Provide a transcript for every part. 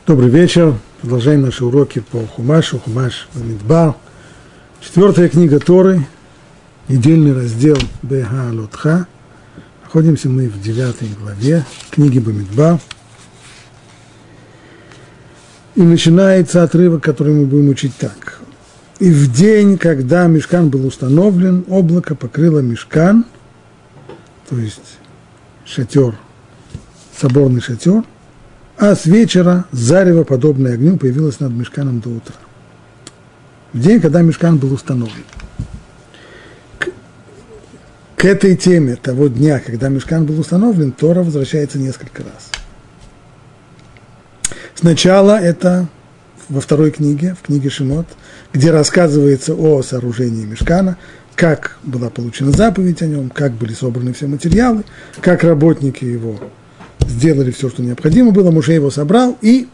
Добрый вечер. Продолжаем наши уроки по Хумаш Бамидбар. 4 книга Торы, недельный раздел Беха-Лотха. Находимся мы в 9 главе книги Бамидбар. И начинается отрывок, который мы будем учить так. «И в день, когда мишкан был установлен, облако покрыло мишкан», то есть шатер, соборный шатер, а с вечера зарево, подобное огню, появилось над мишканом до утра. В день, когда мишкан был установлен. К этой теме того дня, когда мишкан был установлен, Тора возвращается несколько раз. Сначала это во второй книге, в книге Шемот, где рассказывается о сооружении мишкана, как была получена заповедь о нем, как были собраны все материалы, как работники его сделали все, что необходимо было, Моше его собрал, и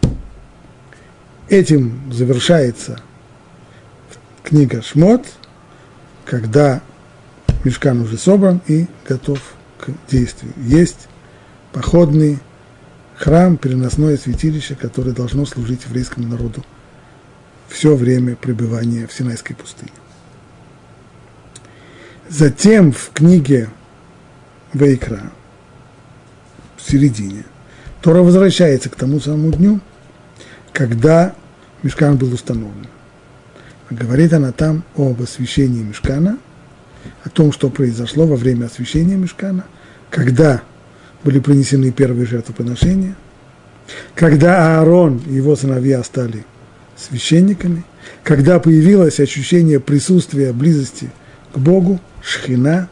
этим завершается книга Шмот, когда мишкан уже собран и готов к действию. Есть походный храм, переносное святилище, которое должно служить еврейскому народу все время пребывания в Синайской пустыне. Затем в книге Ваикра, в середине, Тора возвращается к тому самому дню, когда мишкан был установлен. Говорит она там об освящении мишкана, о том, что произошло во время освящения мишкана, когда были принесены первые жертвоприношения, когда Аарон и его сыновья стали священниками, когда появилось ощущение присутствия, близости к Богу, шхина,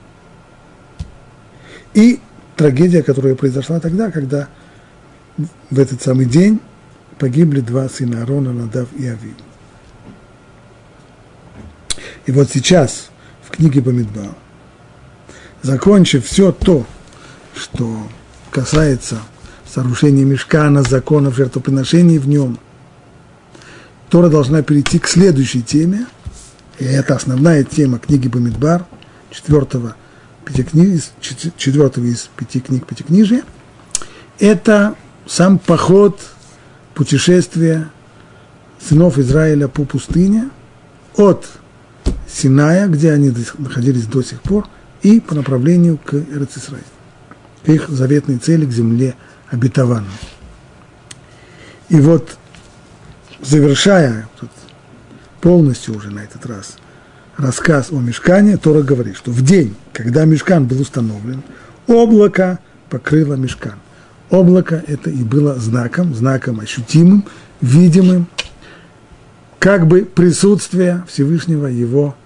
и трагедия, которая произошла тогда, когда в этот самый день погибли два сына Аарона, Надав и Авив. И вот сейчас в книге Бамидбар, закончив все то, что касается сооружения мишкана, законов, жертвоприношений в нем, Тора должна перейти к следующей теме, и это основная тема книги Бамидбар, 4 из 5 книг Пятикнижия, это сам поход, путешествие сынов Израиля по пустыне от Синая, где они находились до сих пор, и по направлению к Эрец-Исраэль, к их заветной цели, к земле обетованной. И вот, завершая полностью уже на этот раз рассказ о мишкане, Тора говорит, что в день, когда мишкан был установлен, облако покрыло мишкан. Облако это и было знаком ощутимым, видимым, как бы присутствие Всевышнего, его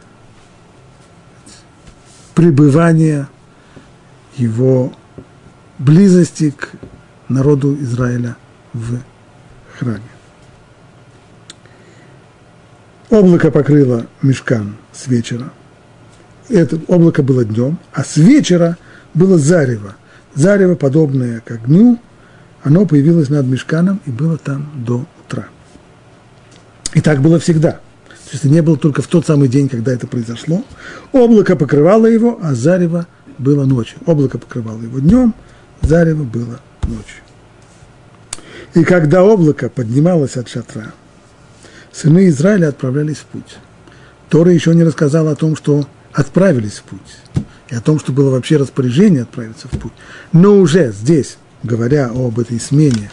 пребывания, его близости к народу Израиля в храме. Облако покрыло мишкан с вечера. Это облако было днем, а с вечера было зарево. Зарево, подобное к огню, оно появилось над мишканом и было там до утра. И так было всегда. То есть это не было только в тот самый день, когда это произошло. Облако покрывало его, а зарево было ночью. Облако покрывало его днем, зарево было ночью. И когда облако поднималось от шатра, сыны Израиля отправлялись в путь. Тора еще не рассказала о том, что отправились в путь, и о том, что было вообще распоряжение отправиться в путь. Но уже здесь, говоря об этой смене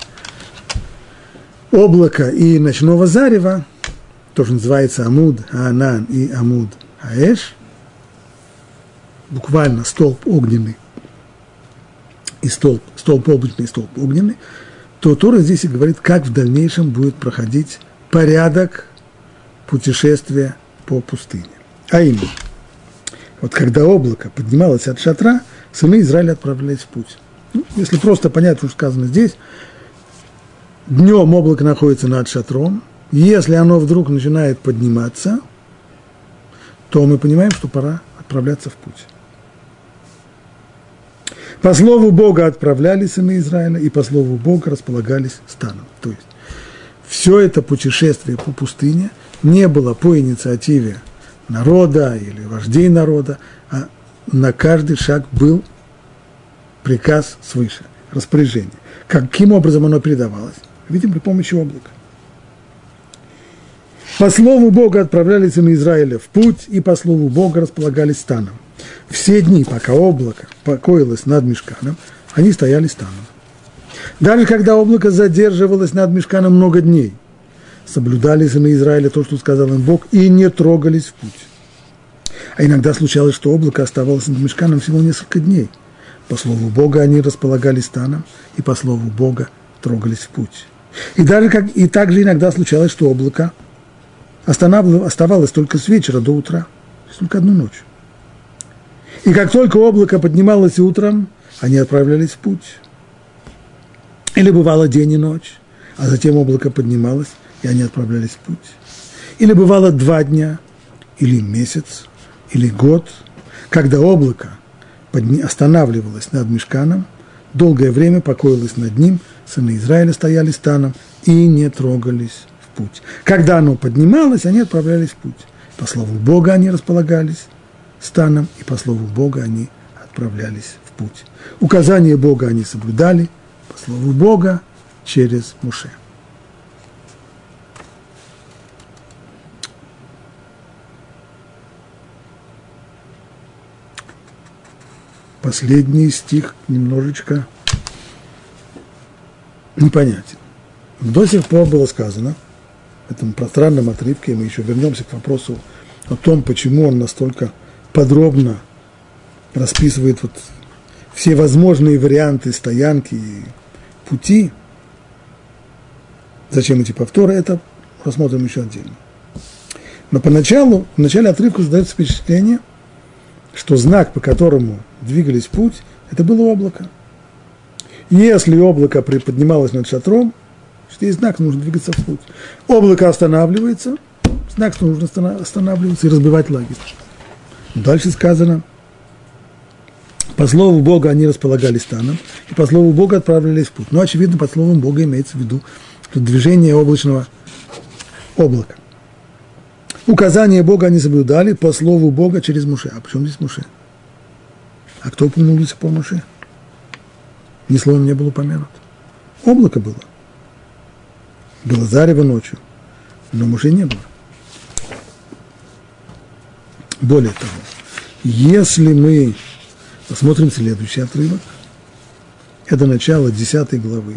облака и ночного зарева, тоже называется Амуд Аанан и Амуд Аэш, буквально столб огненный и столб облачный и столб огненный, то Тора здесь и говорит, как в дальнейшем будет проходить порядок путешествия по пустыне. А именно, вот когда облако поднималось от шатра, сыны Израиля отправлялись в путь. Если просто понять, что сказано здесь, днем облако находится над шатром, если оно вдруг начинает подниматься, то мы понимаем, что пора отправляться в путь. По слову Бога отправлялись сыны Израиля, и по слову Бога располагались станом. То есть все это путешествие по пустыне не было по инициативе народа или вождей народа, а на каждый шаг был приказ свыше, распоряжение. Каким образом оно передавалось? Видим, при помощи облака. По слову Бога отправлялись сыны Израиля в путь, и по слову Бога располагались станом. Все дни, пока облако покоилось над мишканом, они стояли станом. Даже когда облако задерживалось над мишканом много дней, соблюдали сыны Израиля то, что сказал им Бог, и не трогались в путь. А иногда случалось, что облако оставалось над мишканом всего несколько дней. По слову Бога они располагались станом, и по слову Бога трогались в путь. И также иногда случалось, что облако оставалось только с вечера до утра, то есть только одну ночь. И как только облако поднималось утром, они отправлялись в путь. Или бывало день и ночь, а затем облако поднималось, и они отправлялись в путь. Или бывало 2 дня, или месяц, или год, когда облако останавливалось над мишканом, долгое время покоилось над ним, сыны Израиля стояли станом и не трогались в путь. Когда оно поднималось, они отправлялись в путь. По слову Бога они располагались станом, и по слову Бога они отправлялись в путь. Указания Бога они соблюдали, по слову Бога, через Моше. Последний стих немножечко непонятен. До сих пор было сказано, в этом пространном отрывке, и мы еще вернемся к вопросу о том, почему он настолько подробно расписывает все возможные варианты стоянки и пути. Зачем эти повторы, это рассмотрим еще отдельно. Но в начале отрывка создается впечатление, что знак, по которому двигались в путь, это было облако. Если облако приподнималось над шатром, есть знак, что нужно двигаться в путь. Облако останавливается, знак, что нужно останавливаться и разбивать лагерь. Дальше сказано, по слову Бога они располагались станом, и по слову Бога отправлялись в путь. Но, очевидно, под словом Бога имеется в виду движение облачного облака. Указания Бога они соблюдали по слову Бога через Моше. А почему здесь Моше? А кто упомянул до сих пор Моше? Ни словом не было упомянут. Облако было. Было зарево ночью, но Моше не было. Более того, если мы посмотрим следующий отрывок, это начало 10 главы.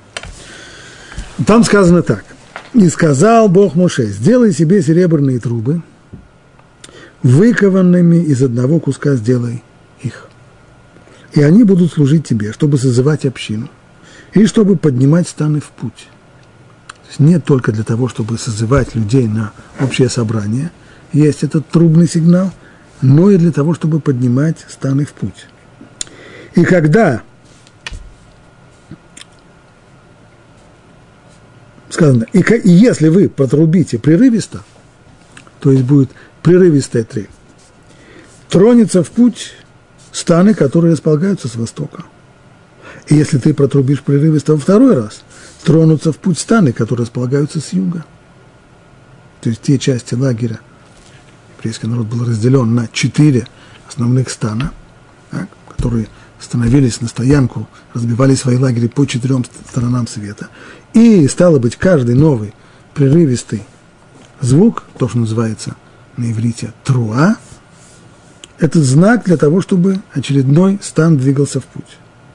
Там сказано так. «И сказал Бог Моше, сделай себе серебряные трубы, выкованными из одного куска сделай их. И они будут служить тебе, чтобы созывать общину, и чтобы поднимать станы в путь». То есть не только для того, чтобы созывать людей на общее собрание, есть этот трубный сигнал, но и для того, чтобы поднимать станы в путь. И когда сказано, и если вы протрубите прерывисто, то есть будет прерывистая трель, тронется в путь станы, которые располагаются с востока. И если ты протрубишь прерывисто во второй раз, тронутся в путь станы, которые располагаются с юга. То есть те части лагеря, еврейский народ был разделен на 4 основных стана, так, которые становились на стоянку, разбивали свои лагеря по 4 сторонам света. И, стало быть, каждый новый прерывистый звук, то, что называется на иврите труа, это знак для того, чтобы очередной стан двигался в путь.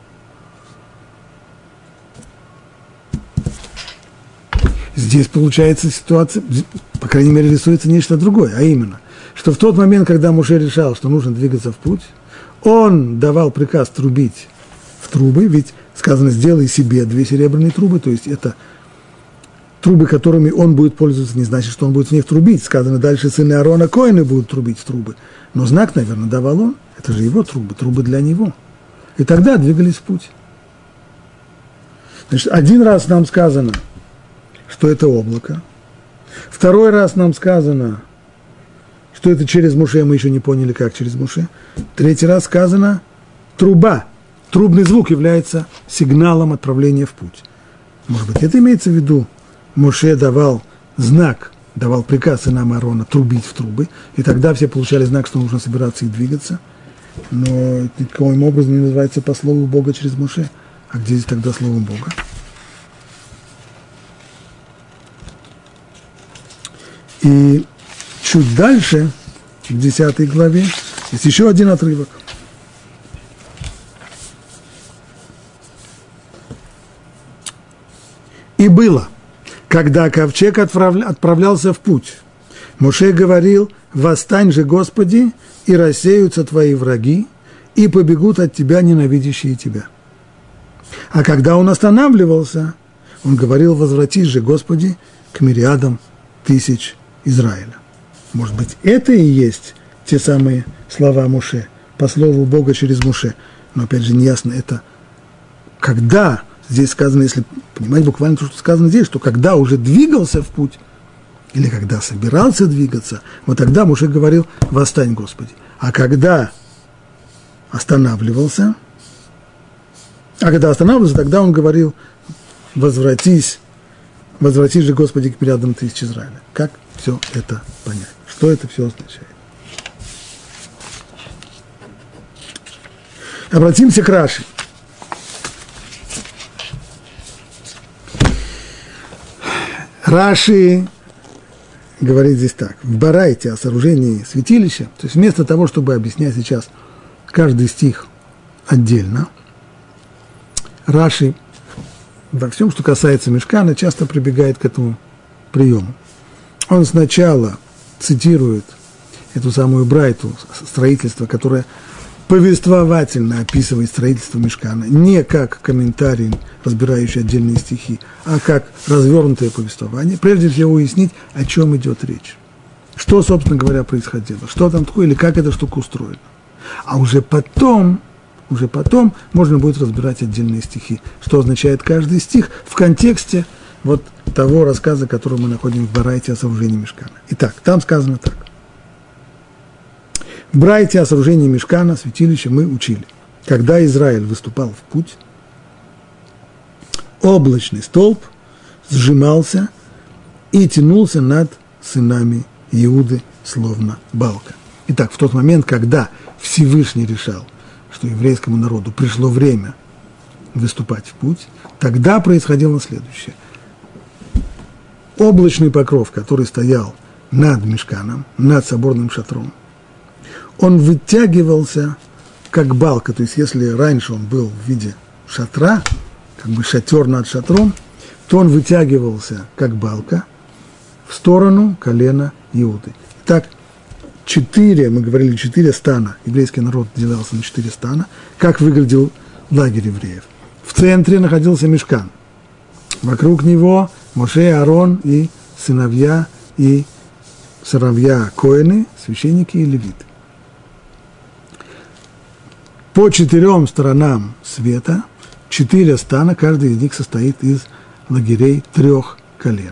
Здесь получается ситуация, по крайней мере, рисуется нечто другое, а именно, что в тот момент, когда Моше решал, что нужно двигаться в путь, он давал приказ трубить в трубы, ведь сказано, сделай себе 2 серебряные трубы, то есть это трубы, которыми он будет пользоваться, не значит, что он будет в них трубить. Сказано, дальше сыны Аарона Коэны будут трубить в трубы. Но знак, наверное, давал он, это же его трубы для него. И тогда двигались в путь. Значит, один раз нам сказано, что это облако. Второй раз нам сказано, что это через Моше, мы еще не поняли, как через Моше. Третий раз сказано, труба. Трубный звук является сигналом отправления в путь. Может быть, это имеется в виду, Моше давал знак, давал приказ сынам Аарона трубить в трубы, и тогда все получали знак, что нужно собираться и двигаться. Но никаким образом не называется по слову Бога через Моше. А где здесь тогда слово Бога? И чуть дальше, в 10 главе, есть еще один отрывок. И было, когда ковчег отправлялся в путь, Моше говорил: «Восстань же, Господи, и рассеются твои враги, и побегут от тебя ненавидящие тебя». А когда он останавливался, он говорил: «Возвратись же, Господи, к мириадам тысяч Израиля». Может быть, это и есть те самые слова Моше, по слову Бога через Моше. Но, опять же, неясно это, когда. Здесь сказано, если понимать буквально то, что сказано здесь, что когда уже двигался в путь, или когда собирался двигаться, вот тогда Моше говорил: «Восстань, Господи». А когда останавливался, тогда он говорил: возвратись же, Господи, к мириадам тысяч Израиля. Как все это понять? Что это все означает? Обратимся к Раши. Раши говорит здесь так: в Барайте о сооружении святилища, то есть вместо того, чтобы объяснять сейчас каждый стих отдельно, Раши во всем, что касается Мишкана, часто прибегает к этому приему. Он сначала цитирует эту самую Брайту, строительство, которое повествовательно описывает строительство Мишкана, не как комментарий, разбирающий отдельные стихи, а как развернутое повествование, прежде всего уяснить, о чем идет речь. Что, собственно говоря, происходило, что там такое, или как эта штука устроена. А уже потом можно будет разбирать отдельные стихи, что означает каждый стих в контексте вот того рассказа, который мы находим в Барайте о сооружении Мишкана. Итак, там сказано так. В Брайте о сооружении Мишкана, святилища, мы учили: когда Израиль выступал в путь, облачный столб сжимался и тянулся над сынами Иуды, словно балка. Итак, в тот момент, когда Всевышний решал, что еврейскому народу пришло время выступать в путь, тогда происходило следующее. Облачный покров, который стоял над Мишканом, над соборным шатром, он вытягивался как балка, то есть если раньше он был в виде шатра, как бы шатер над шатром, то он вытягивался как балка в сторону колена Иуды. Итак, мы говорили, 4 стана, еврейский народ делился на 4 стана, как выглядел лагерь евреев. В центре находился Мишкан, вокруг него Моше, Аарон и сыновья Коэны, священники и левиты. По 4 сторонам света 4 стана, каждый из них состоит из лагерей 3 колен.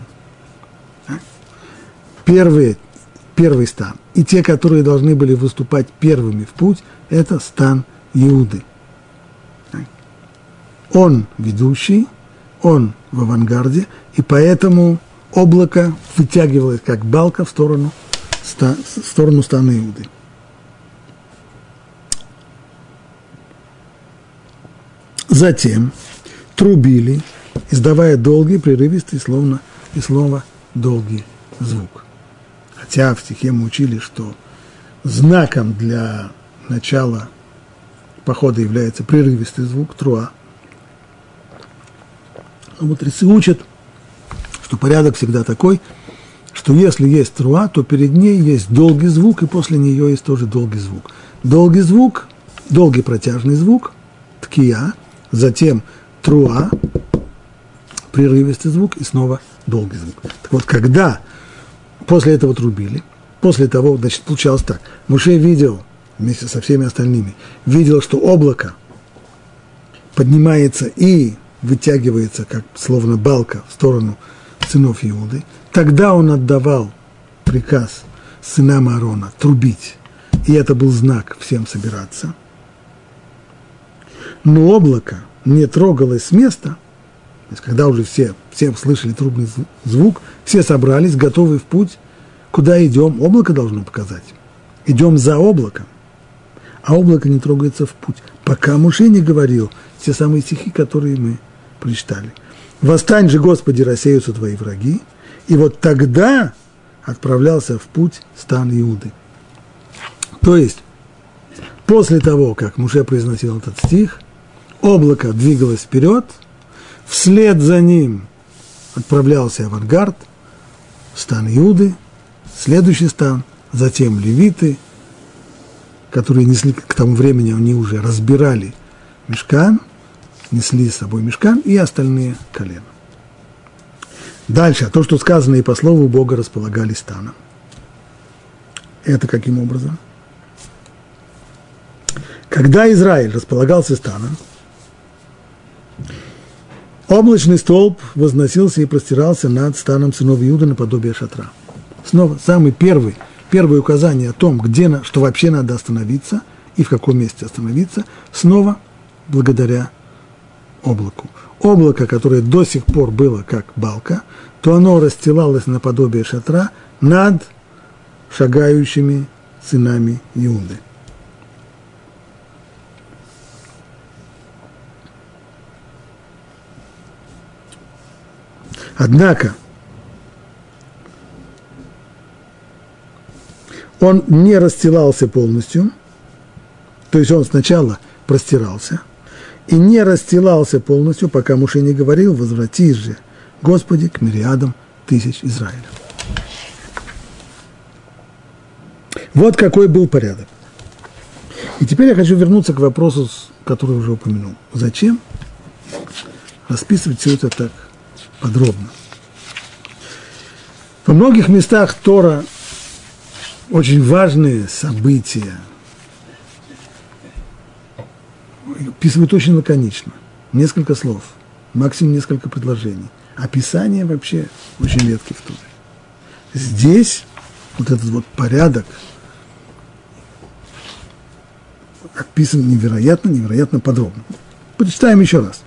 Первый стан и те, которые должны были выступать первыми в путь, это стан Иуды. Он ведущий, он в авангарде, и поэтому облако вытягивалось как балка в сторону стана Иуды. Затем трубили, издавая долгий, прерывистый, словно долгий звук. Хотя в стихе мы учили, что знаком для начала похода является прерывистый звук, труа. Но мудрецы учат, что порядок всегда такой, что если есть труа, то перед ней есть долгий звук, и после нее есть тоже долгий звук. Долгий звук, долгий протяжный звук, ткия, затем труа, прерывистый звук и снова долгий звук. Так вот, когда после этого трубили, после того, значит, получалось так. Моше видел, вместе со всеми остальными, видел, что облако поднимается и вытягивается, как словно балка, в сторону сынов Иуды. Тогда он отдавал приказ сынам Аарона трубить, и это был знак всем собираться. Но облако не трогалось с места, то есть когда уже все слышали трубный звук, все собрались, готовы в путь. Куда идем? Облако должно показать. Идем за облаком. А облако не трогается в путь, пока Моше не говорил те самые стихи, которые мы прочитали. «Восстань же, Господи, рассеются твои враги». И вот тогда отправлялся в путь стан Иуды. То есть, после того, как Моше произносил этот стих, облако двигалось вперед, вслед за ним отправлялся авангард, стан Иуды, следующий стан, затем левиты, которые несли к тому времени, они уже разбирали мишкан, несли с собой мишкан и остальные колена. Дальше, то, что сказано, и по слову Бога располагали станом. Это каким образом? Когда Израиль располагался станом, облачный столб возносился и простирался над станом сынов Иуды наподобие шатра. Снова самое первое указание о том, что вообще надо остановиться и в каком месте остановиться, снова благодаря облаку. Облако, которое до сих пор было как балка, то оно расстилалось наподобие шатра над шагающими сынами Иуды. Однако он не расстилался полностью, то есть он сначала простирался, и не расстилался полностью, пока Моше не говорил: «Возвратись же, Господи, к мириадам тысяч Израиля». Вот какой был порядок. И теперь я хочу вернуться к вопросу, который уже упомянул. Зачем расписывать все это так подробно? Во многих местах Тора очень важные события описывает очень лаконично. Несколько слов, максимум несколько предложений. Описание вообще очень редкий в Торе. Здесь вот этот вот порядок описан невероятно подробно. Прочитаем еще раз.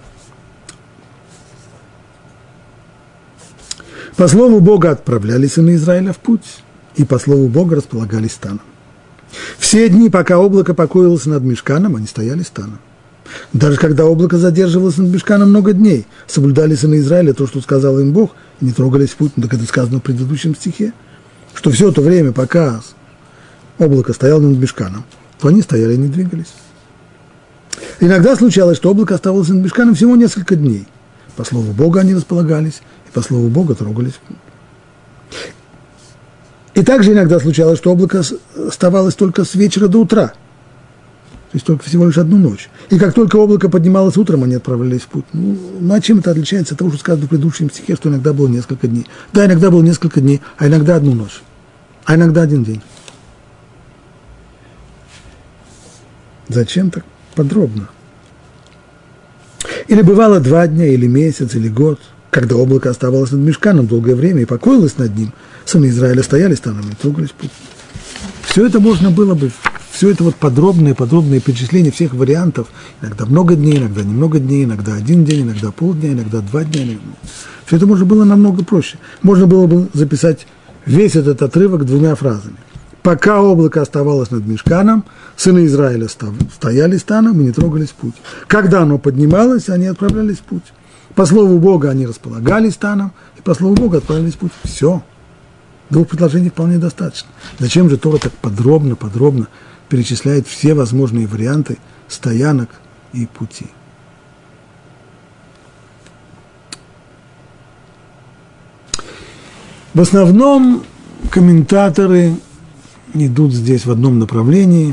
По слову Бога отправляли сыны Израиля в путь, и по слову Бога располагались станом. Все дни, пока облако покоилось над мишканом, они стояли станом. Даже когда облако задерживалось над мишканом много дней, соблюдали сыны Израиля то, что сказал им Бог, и не трогались в путь. Ну, так это сказано в предыдущем стихе, что все то время, пока облако стояло над мишканом, то они стояли и не двигались. Иногда случалось, что облако оставалось над мишканом всего несколько дней. По слову Бога они располагались, и по слову Бога трогались в путь. И также иногда случалось, что облако оставалось только с вечера до утра, то есть только всего лишь одну ночь. И как только облако поднималось утром, они отправлялись в путь. Ну а чем это отличается от того, что сказано в предыдущем стихе, что иногда было несколько дней? Да, иногда было несколько дней, а иногда одну ночь, а иногда один день. Зачем так подробно? Или бывало 2 дня, или месяц, или год, когда облако оставалось над мишканом долгое время и покоилось над ним, сыны Израиля стояли станом и трогались в путь. Все это можно было бы, все это вот подробное перечисление всех вариантов, иногда много дней, иногда немного дней, иногда 1 день, иногда полдня, иногда 2 дня. Все это можно было намного проще. Можно было бы записать весь этот отрывок 2 фразами. Пока облако оставалось над мишканом, сыны Израиля стояли станом и не трогались в путь. Когда оно поднималось, они отправлялись в путь. По слову Бога они располагались станом, и по слову Бога отправились в путь. Все. 2 предложений вполне достаточно. Зачем же Тора так подробно перечисляет все возможные варианты стоянок и пути? В основном комментаторы идут здесь в одном направлении.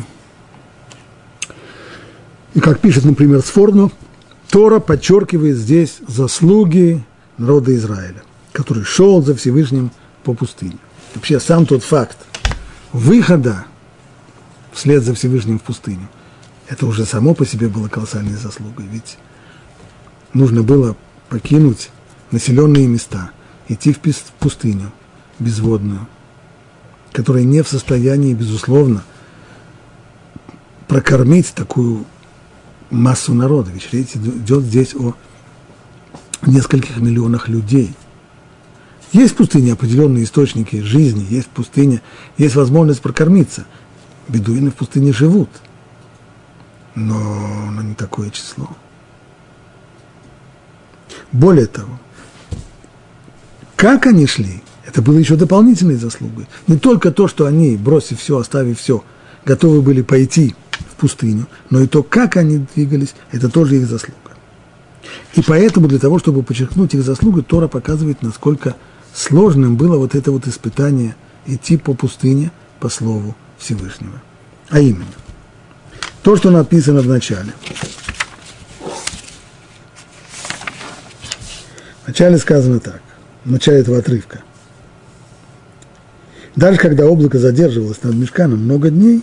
И как пишет, например, Сфорно, Тора подчеркивает здесь заслуги народа Израиля, который шел за Всевышним по пустыне. Вообще сам тот факт выхода вслед за Всевышним в пустыню, это уже само по себе было колоссальной заслугой. Ведь нужно было покинуть населенные места, идти в пустыню безводную, которая не в состоянии, безусловно, прокормить такую массу народа. Ведь речь идет здесь о нескольких миллионах людей. Есть в пустыне определенные источники жизни, есть в пустыне, есть возможность прокормиться. Бедуины в пустыне живут, но не такое число. Более того, как они шли, Это было еще дополнительной заслугой. Не только то, что они, бросив все, оставив все, готовы были пойти в пустыню, но и то, как они двигались, это тоже их заслуга. И поэтому для того, чтобы подчеркнуть их заслугу, Тора показывает, насколько сложным было вот это вот испытание идти по пустыне по слову Всевышнего. А именно, то, что написано в начале. В начале сказано так, в начале этого отрывка. Даже когда облако задерживалось над Мишканом много дней,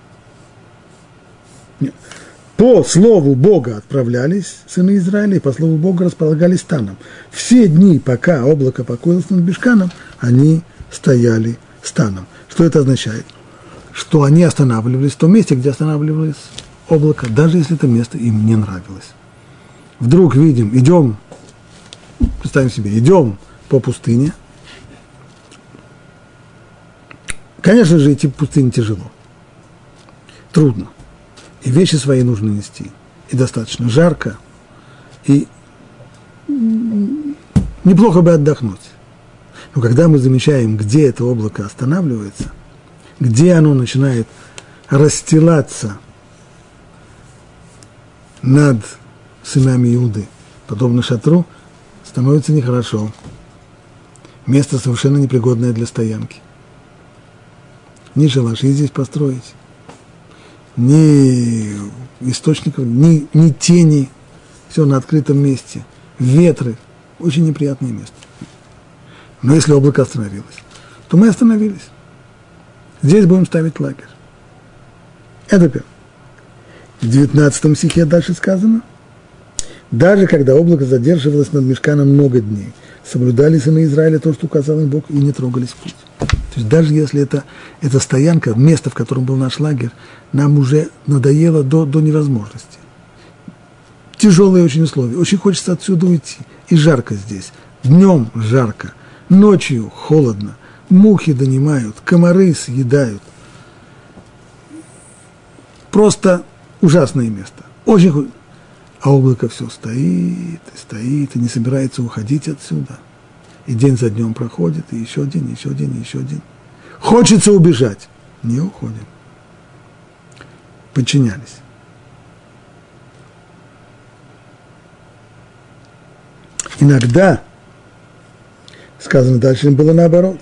по слову Бога отправлялись сыны Израиля, и по слову Бога располагались станом. Все дни, пока облако покоилось над Мишканом, они стояли станом. Что это означает? Что они останавливались в том месте, где останавливалось облако, даже если это место им не нравилось. Вдруг видим, идем, представим себе, идем по пустыне. Конечно же, идти по пустыне тяжело, трудно. И вещи свои нужно нести. И достаточно жарко. И неплохо бы отдохнуть. Но когда мы замечаем, где это облако останавливается, где оно начинает расстилаться над сынами Иуды, подобно шатру, становится нехорошо. Место совершенно непригодное для стоянки. Ни шалаши здесь построить, ни источников, ни тени, все на открытом месте, ветры, очень неприятное место. Но если облако остановилось, то мы остановились. Здесь будем ставить лагерь. Это первое. В 19 стихе дальше сказано, даже когда облако задерживалось над Мишканом много дней, соблюдали сыны Израиля то, что указал им Бог, и не трогались в путь. То есть даже если это стоянка, место, в котором был наш лагерь, нам уже надоело до невозможности. Тяжелые очень условия, очень хочется отсюда уйти. И жарко здесь. Днем жарко, ночью холодно, мухи донимают, комары съедают. Просто ужасное место. Очень. А облако все стоит, и не собирается уходить отсюда. И день за днем проходит, и еще один, еще один, еще один. Хочется убежать. Не уходим. Подчинялись. Иногда, сказано дальше, им было наоборот.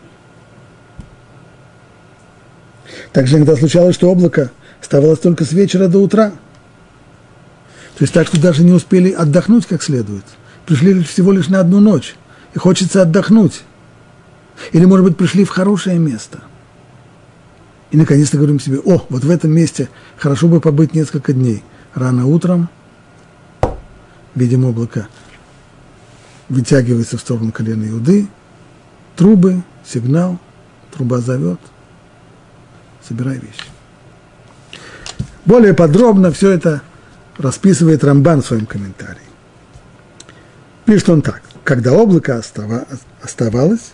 Также иногда случалось, что облако оставалось только с вечера до утра. То есть так, что даже не успели отдохнуть как следует. Пришли всего лишь на одну ночь. И хочется отдохнуть. Или, может быть, пришли в хорошее место. И наконец-то говорим себе, вот в этом месте хорошо бы побыть несколько дней. Рано утром видим облако, вытягивается в сторону колена Иуды, трубы, сигнал, труба зовет, собирай вещи. Более подробно все это расписывает Рамбан в своем комментарии. Пишет он так. Когда облако оставалось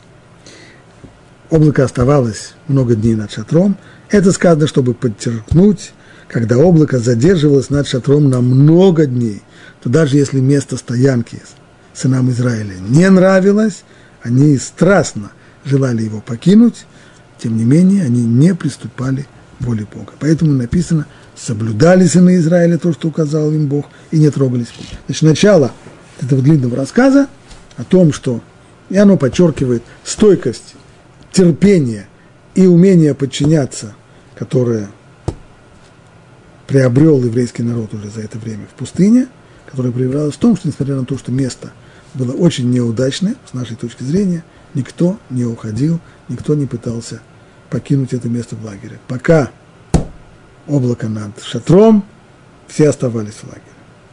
много дней над шатром, это сказано, чтобы подчеркнуть, когда облако задерживалось над шатром на много дней, то даже если место стоянки сынам Израиля не нравилось, они страстно желали его покинуть, тем не менее они не приступали к воле Бога. Поэтому написано, соблюдали сыны Израиля то, что указал им Бог, и не трогались. Значит, начало этого длинного рассказа о том, что, и оно подчеркивает стойкость, терпение и умение подчиняться, которое приобрел еврейский народ уже за это время в пустыне, которое проявлялось в том, что, несмотря на то, что место было очень неудачное, с нашей точки зрения, никто не уходил, никто не пытался покинуть это место в лагере. Пока облако над шатром, все оставались в лагере.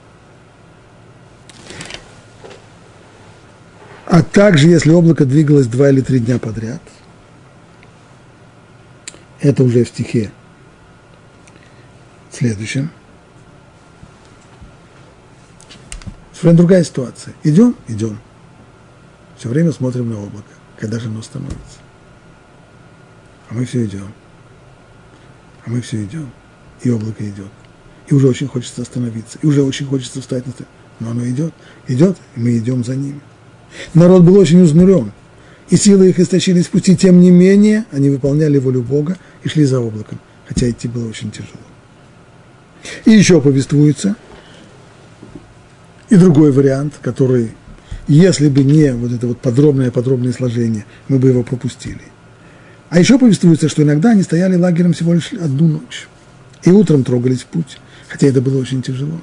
А также, если облако двигалось 2 или 3 дня подряд, это уже в стихе следующем. Совершенно другая ситуация. Идем. Все время смотрим на облако, когда же оно становится. А мы все идем. И облако идет. И уже очень хочется остановиться. И уже очень хочется встать на сторону. Но оно идет, и мы идем за ними. Народ был очень изнурен. и силы их истощились в пути, тем не менее они выполняли волю Бога и шли за облаком, хотя идти было очень тяжело. И еще повествуется и другой вариант, который, если бы не вот это вот подробное сложение, мы бы его пропустили. А еще повествуется, что иногда они стояли лагерем всего лишь одну ночь, и утром трогались в путь, хотя это было очень тяжело.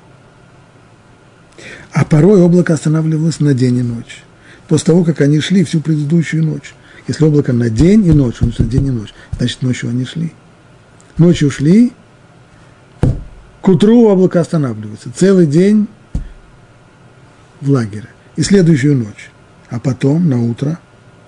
А порой облако останавливалось на день и ночь, после того, как они шли всю предыдущую ночь. Если облако на день и ночь, на день и ночь, значит, ночью они шли. Ночью шли, к утру облако останавливается, целый день в лагере, и следующую ночь, а потом на утро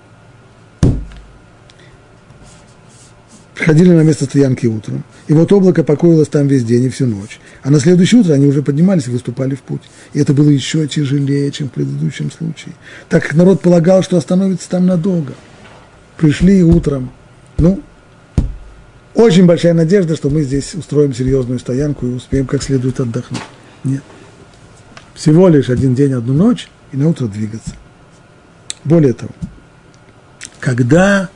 приходили на место стоянки утром, и вот облако покоилось там весь день и всю ночь, а на следующее утро они уже поднимались и выступали в путь, и это было еще тяжелее, чем в предыдущем случае, так как народ полагал, что остановится там надолго. Пришли утром, очень большая надежда, что мы здесь устроим серьезную стоянку и успеем как следует отдохнуть. Нет. Всего лишь один день, одну ночь, и на утро двигаться. Более того, когда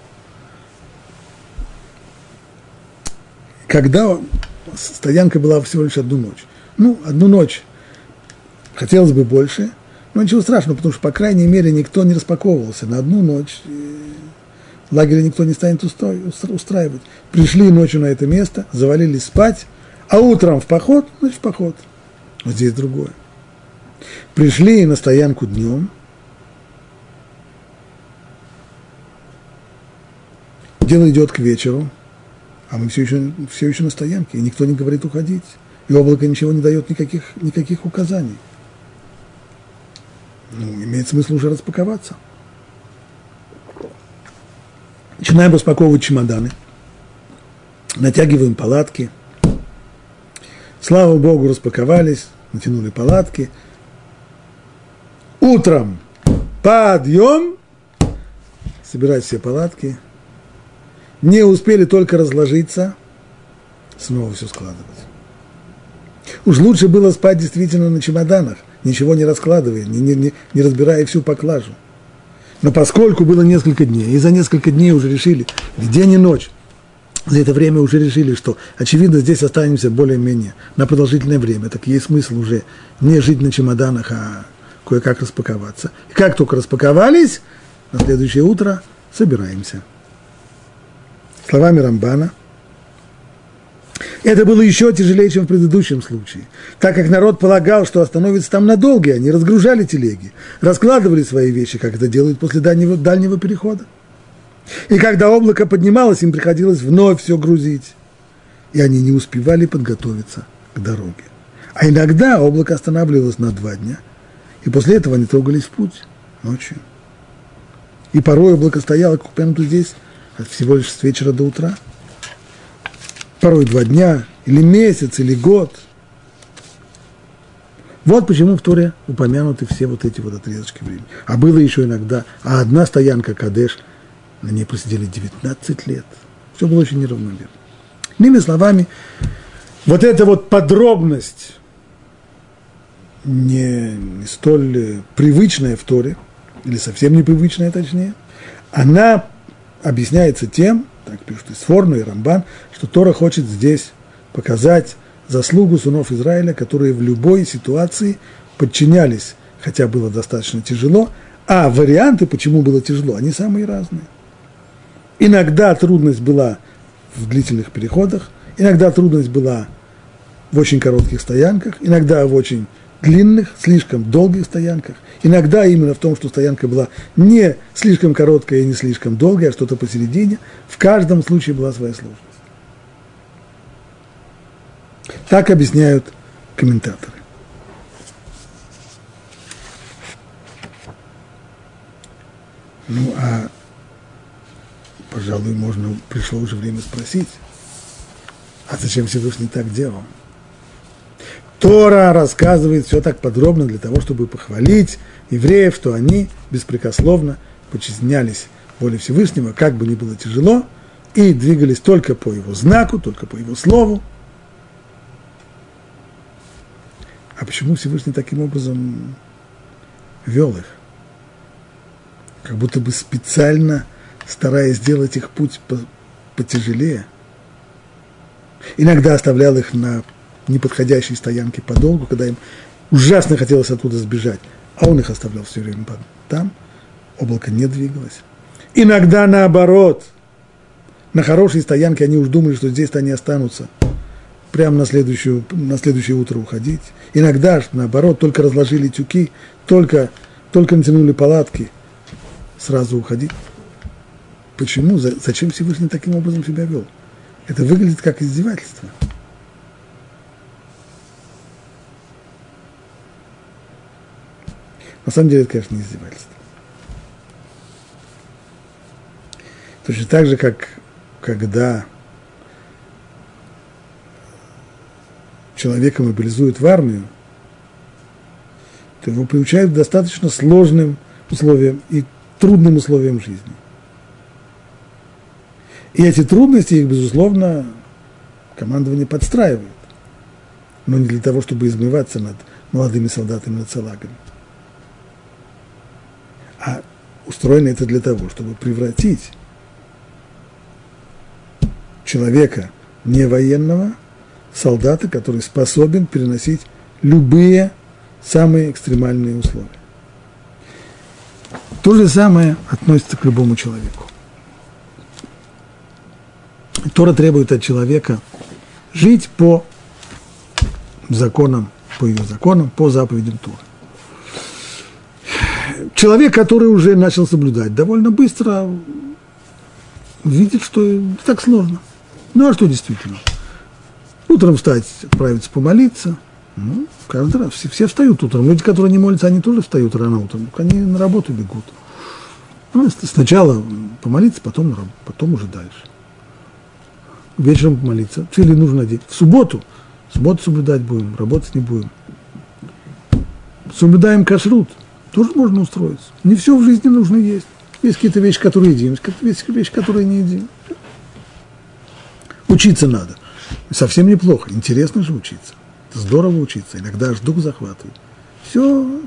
стоянка была всего лишь одну ночь, одну ночь хотелось бы больше, но ничего страшного, потому что, по крайней мере, никто не распаковывался на одну ночь, в лагере никто не станет устраивать. Пришли ночью на это место, завалились спать, а утром в поход, значит, в поход. Вот здесь другое. Пришли на стоянку днем, дело идет к вечеру, а мы все еще на стоянке, и никто не говорит уходить, и облако ничего не дает никаких указаний. Имеет смысл уже распаковаться. Начинаем распаковывать чемоданы, натягиваем палатки. Слава Богу, распаковались, натянули палатки. Утром подъем, собирать все палатки. Не успели только разложиться, снова все складывать. Уж лучше было спать действительно на чемоданах, ничего не раскладывая, не разбирая всю поклажу. Но поскольку было несколько дней, и за несколько дней уже решили, в день и ночь, за это время уже решили, что, очевидно, здесь останемся более-менее на продолжительное время, так есть смысл уже не жить на чемоданах, а кое-как распаковаться. И как только распаковались, на следующее утро собираемся. Словами Рамбана, это было еще тяжелее, чем в предыдущем случае, так как народ полагал, что остановится там надолго, они разгружали телеги, раскладывали свои вещи, как это делают после дальнего перехода. И когда облако поднималось, им приходилось вновь все грузить, и они не успевали подготовиться к дороге. А иногда облако останавливалось на 2 дня, и после этого они трогались в путь ночью. И порой облако стояло, как упомянуто здесь, всего лишь с вечера до утра. Порой 2 дня, или месяц, или год. Вот почему в Торе упомянуты все вот эти вот отрезочки времени. А было еще иногда, одна стоянка Кадеш, на ней просидели 19 лет. Все было очень неравномерно. Иными словами, вот эта вот подробность, не столь привычная в Торе, или совсем непривычная точнее, она объясняется тем, так пишут и Сфорно, и Рамбан, что Тора хочет здесь показать заслугу сынов Израиля, которые в любой ситуации подчинялись, хотя было достаточно тяжело, а варианты, почему было тяжело, они самые разные. Иногда трудность была в длительных переходах, иногда трудность была в очень коротких стоянках, иногда в очень длинных, слишком долгих стоянках, иногда именно в том, что стоянка была не слишком короткая и не слишком долгая, а что-то посередине. В каждом случае была своя сложность. Так объясняют комментаторы. Пожалуй, пришло уже время спросить, а зачем Всевышний так делал? Тора рассказывает все так подробно для того, чтобы похвалить евреев, что они беспрекословно подчинялись воле Всевышнего, как бы ни было тяжело, и двигались только по его знаку, только по его слову. А почему Всевышний таким образом вел их? как будто бы специально стараясь сделать их путь потяжелее. Иногда оставлял их на неподходящей стоянке подолгу, когда им ужасно хотелось оттуда сбежать, а он их оставлял все время там, облако не двигалось. Иногда наоборот, на хорошей стоянке они уж думали, что здесь-то они останутся, прямо на следующее утро уходить. Иногда, наоборот, только разложили тюки, только натянули палатки, сразу уходить. Почему? Зачем Всевышний таким образом себя вел? Это выглядит как издевательство. На самом деле, это, конечно, не издевательство. Точно так же, как когда человека мобилизуют в армию, то его приучают к достаточно сложным условиям и трудным условиям жизни. И эти трудности, их, безусловно, командование подстраивает, но не для того, чтобы измываться над молодыми солдатами, над салагами. А устроено это для того, чтобы превратить человека невоенного в солдата, который способен переносить любые самые экстремальные условия. То же самое относится к любому человеку. Тора требует от человека жить по законам, по ее законам, по заповедям Торы. Человек, который уже начал соблюдать, довольно быстро видит, что не так сложно. Ну, а что действительно? Утром встать, отправиться помолиться. Ну, каждый раз. Все встают утром. Люди, которые не молятся, они тоже встают рано утром. Они на работу бегут. Ну, сначала помолиться, потом уже дальше. Вечером помолиться. Тфилин нужно надеть. В субботу соблюдать будем, работать не будем. Соблюдаем кашрут. Тоже можно устроиться. Не все в жизни нужно есть. Есть какие-то вещи, которые едим, есть вещи, которые не едим. Учиться надо. Совсем неплохо. Интересно же учиться. Это здорово учиться. Иногда аж дух захватывает. Все.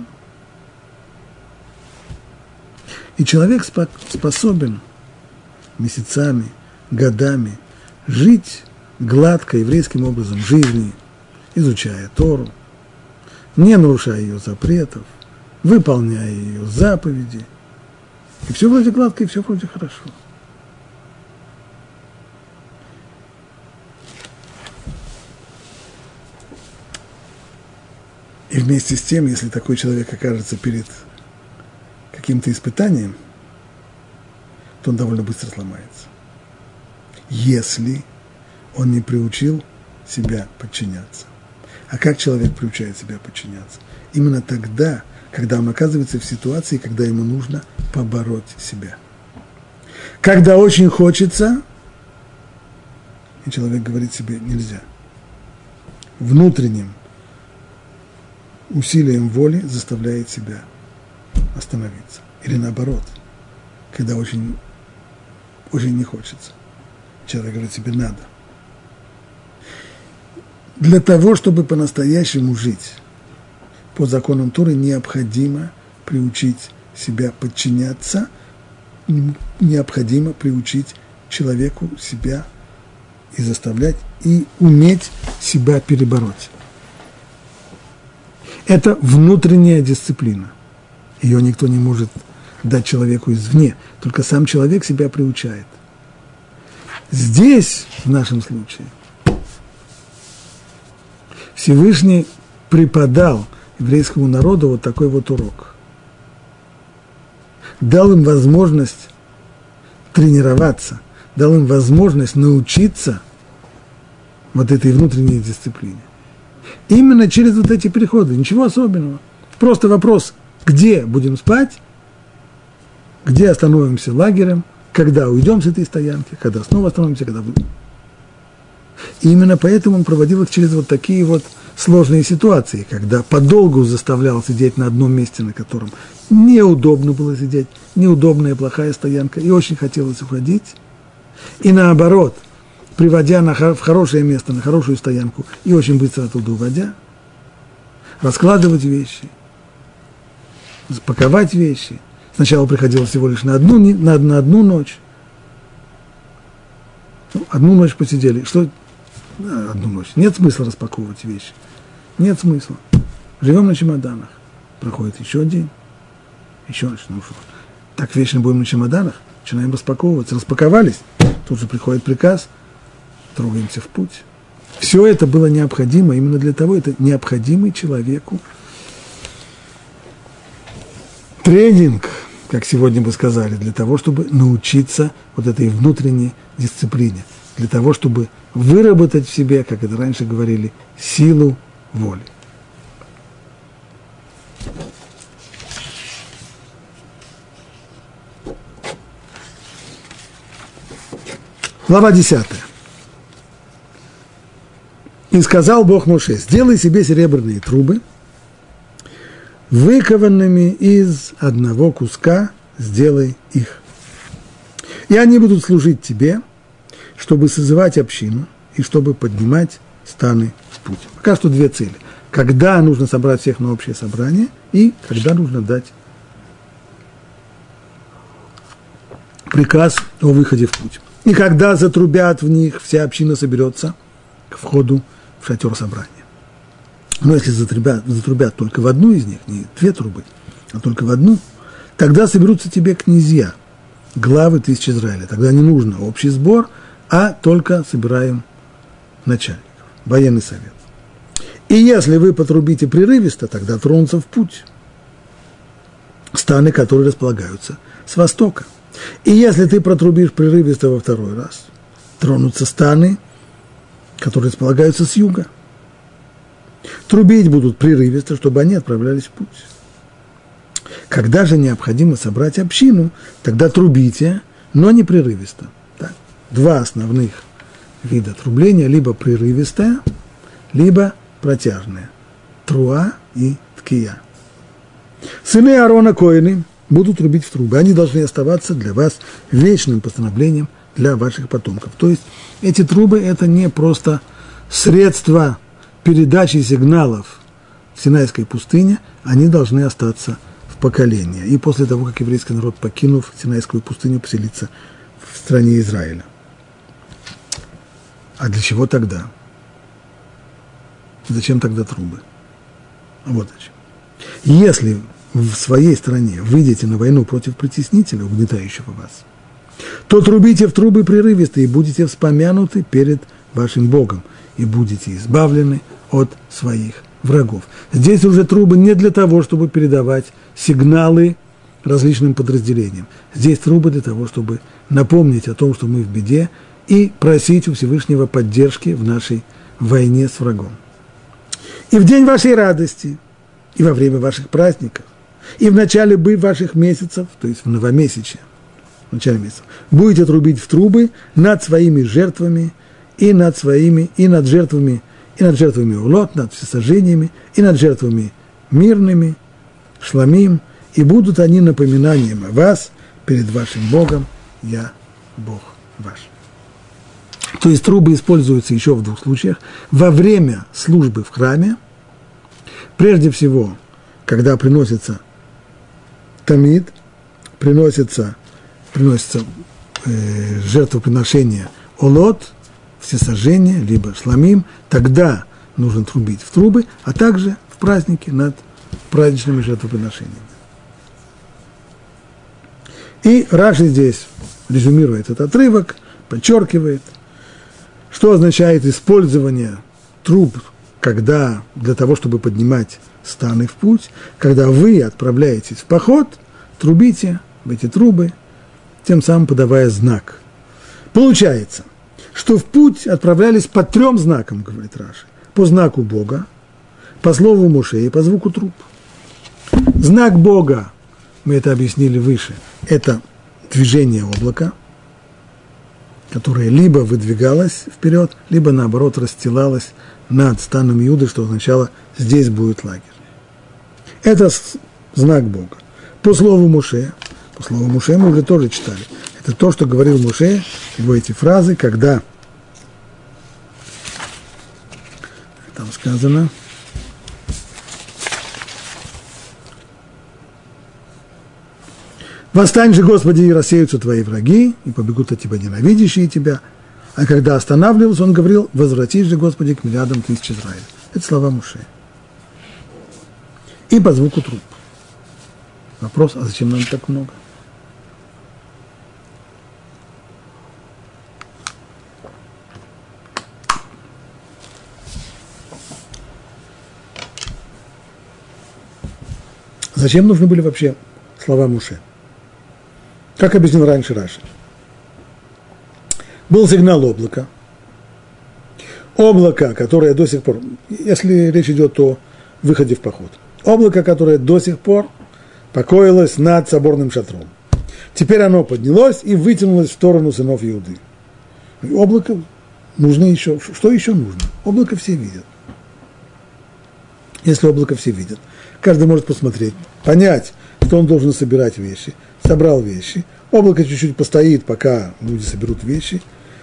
И человек способен месяцами, годами жить гладко еврейским образом жизни, изучая Тору, не нарушая ее запретов, выполняя ее заповеди. И все вроде гладко, и все вроде хорошо. И вместе с тем, если такой человек окажется перед каким-то испытанием, то он довольно быстро сломается. Если он не приучил себя подчиняться. А как человек приучает себя подчиняться? Именно тогда, когда он оказывается в ситуации, когда ему нужно побороть себя. Когда очень хочется, и человек говорит себе «нельзя». Внутренним усилием воли заставляет себя остановиться. Или наоборот, когда очень не хочется. Человек говорит себе «надо». Для того, чтобы по-настоящему жить по законам Торы, необходимо приучить себя подчиняться, необходимо приучить человеку себя и заставлять, и уметь себя перебороть. Это внутренняя дисциплина. Ее никто не может дать человеку извне, только сам человек себя приучает. Здесь, в нашем случае, Всевышний преподал еврейскому народу вот такой вот урок. Дал им возможность тренироваться, дал им возможность научиться вот этой внутренней дисциплине. Именно через вот эти переходы, ничего особенного. Просто вопрос, где будем спать, где остановимся лагерем, когда уйдем с этой стоянки, когда снова остановимся, когда будем. И именно поэтому он проводил их через вот такие вот сложные ситуации, когда подолгу заставлял сидеть на одном месте, на котором неудобно было сидеть, неудобная, плохая стоянка, и очень хотелось уходить. И наоборот, приводя в хорошее место, на хорошую стоянку, и очень быстро оттуда уводя, раскладывать вещи, паковать вещи, Сначала приходилось всего лишь на одну ночь. Ну, одну ночь посидели. Что? Одну ночь. Нет смысла распаковывать вещи. Нет смысла. Живем на чемоданах. Проходит еще день. Еще ночь. Ну что? Так вечно будем на чемоданах. Начинаем распаковываться. Распаковались. Тут же приходит приказ. Трогаемся в путь. Все это было необходимо. Именно для того, это необходимый человеку тренинг, как сегодня бы сказали, для того, чтобы научиться вот этой внутренней дисциплине, для того, чтобы выработать в себе, как это раньше говорили, силу воли. Глава 10. «И сказал Бог Моше: сделай себе серебряные трубы, выкованными из одного куска сделай их. И они будут служить тебе, чтобы созывать общину и чтобы поднимать станы в путь». Пока что две цели. Когда нужно собрать всех на общее собрание и когда нужно дать приказ о выходе в путь. И когда затрубят в них, вся община соберется к входу в шатер собрания. Но если затрубят только в одну из них, не две трубы, а только в одну, тогда соберутся тебе князья, главы тысяч Израиля. Тогда не нужно общий сбор, а только собираем начальников, военный совет. И если вы потрубите прерывисто, тогда тронутся в путь станы, которые располагаются с востока. И если ты протрубишь прерывисто во второй раз, тронутся станы, которые располагаются с юга. Трубить будут прерывисто, чтобы они отправлялись в путь. Когда же необходимо собрать общину, тогда трубите, но не прерывисто. Так? Два основных вида трубления, либо прерывистое, либо протяжное. Труа и ткия. Сыны Аарона коэны будут трубить в трубы. Они должны оставаться для вас вечным постановлением для ваших потомков. То есть эти трубы – это не просто средства передачи сигналов в Синайской пустыне, они должны остаться в поколении. И после того, как еврейский народ, покинув Синайскую пустыню, поселится в стране Израиля. А для чего тогда? Зачем тогда трубы? Вот зачем. Если в своей стране выйдете на войну против притеснителя, угнетающего вас, то трубите в трубы прерывисто и будете вспомянуты перед вашим Богом, и будете избавлены от своих врагов. Здесь уже трубы не для того, чтобы передавать сигналы различным подразделениям. Здесь трубы для того, чтобы напомнить о том, что мы в беде, и просить у Всевышнего поддержки в нашей войне с врагом. И в день вашей радости, и во время ваших праздников, и в начале ваших месяцев, то есть в новомесячье, в начале месяца, будете трубить в трубы над своими жертвами, и над жертвами улот, над всесожжениями, и над жертвами мирными, шламим, и будут они напоминанием о вас перед вашим Богом, я Бог ваш. То есть трубы используются еще в двух случаях. Во время службы в храме, прежде всего, когда приносится тамид, приносится жертвоприношение олот, всесожжение, либо шламим, тогда нужно трубить в трубы, а также в праздники над праздничными жертвоприношениями. И Раши здесь резюмирует этот отрывок, подчеркивает, что означает использование труб, когда для того, чтобы поднимать станы в путь, когда вы отправляетесь в поход, трубите в эти трубы, тем самым подавая знак. Получается, что в путь отправлялись по 3 знакам, говорит Раши. По знаку Бога, по слову Моше и по звуку труб. Знак Бога, мы это объяснили выше, это движение облака, которое либо выдвигалось вперед, либо наоборот расстилалось над станом Иуды, что означало, здесь будет лагерь. Это знак Бога. По слову Моше мы уже тоже читали. Это то, что говорил Моше, его эти фразы, когда там сказано, «Восстань же, Господи, и рассеются твои враги, и побегут от тебя ненавидящие тебя». А когда останавливался, он говорил: «Возвратись же, Господи, к миллиардам тысяч Израиля». Это слова Моше. И по звуку труб. Вопрос: а зачем нам так много? Зачем нужны были вообще слова Моше? Как объяснил раньше Раши. Был сигнал облака. Облако, которое до сих пор, если речь идет о выходе в поход, облако, которое до сих пор покоилось над соборным шатром. Теперь оно поднялось и вытянулось в сторону сынов Иуды. Облако нужно еще, что еще нужно? Облако все видят. Если облако все видят, каждый может посмотреть, понять, что он должен собирать вещи. Собрал вещи, облако чуть-чуть постоит, пока люди соберут вещи,